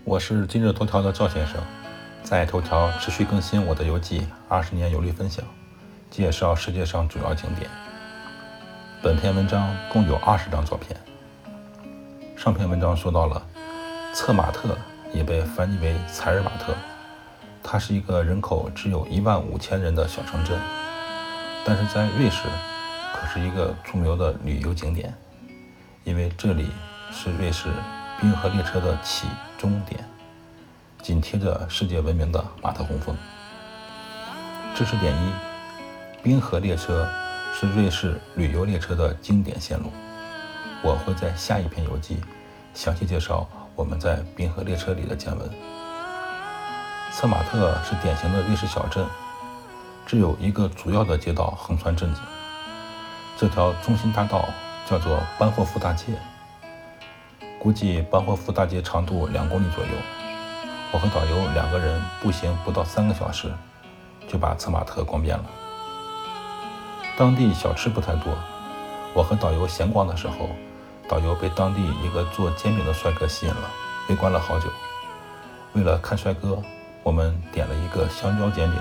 我是今日头条的赵先生，在头条持续更新我的游记20年游历分享，介绍世界上主要景点。本篇文章共有20张照片。上篇文章说到了策马特，也被翻译为采尔马特，它是一个人口只有15000人的小城镇，但是在瑞士可是一个著名的旅游景点，因为这里是瑞士冰河列车的起终点，紧贴着世界闻名的马特洪峰。知识点一：冰河列车是瑞士旅游列车的经典线路。我会在下一篇游记详细介绍我们在冰河列车里的见闻。策马特是典型的瑞士小镇，只有一个主要的街道横穿镇子，这条中心大道叫做班霍夫大街。估计班霍夫大街长度2公里左右，我和导游2个人步行不到3个小时就把策马特逛遍了。当地小吃不太多，我和导游闲逛的时候，导游被当地一个做煎饼的帅哥吸引了，围观了好久。为了看帅哥，我们点了一个香蕉煎饼。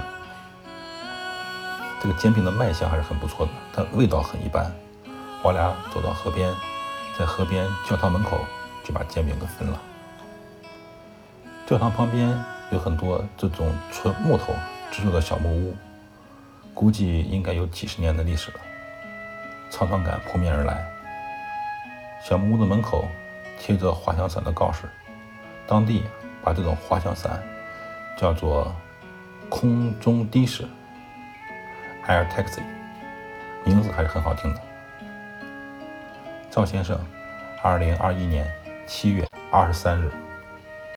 这个煎饼的卖相还是很不错的，但味道很一般。我俩走到河边，在河边教堂门口就把煎饼给分了。教堂旁边有很多这种纯木头制作的小木屋，估计应该有几十年的历史了，沧桑感扑面而来。小木屋的门口贴着滑翔伞的告示，当地把这种滑翔伞叫做空中的士 Air Taxi， 名字还是很好听的。赵先生，2021年7月23日。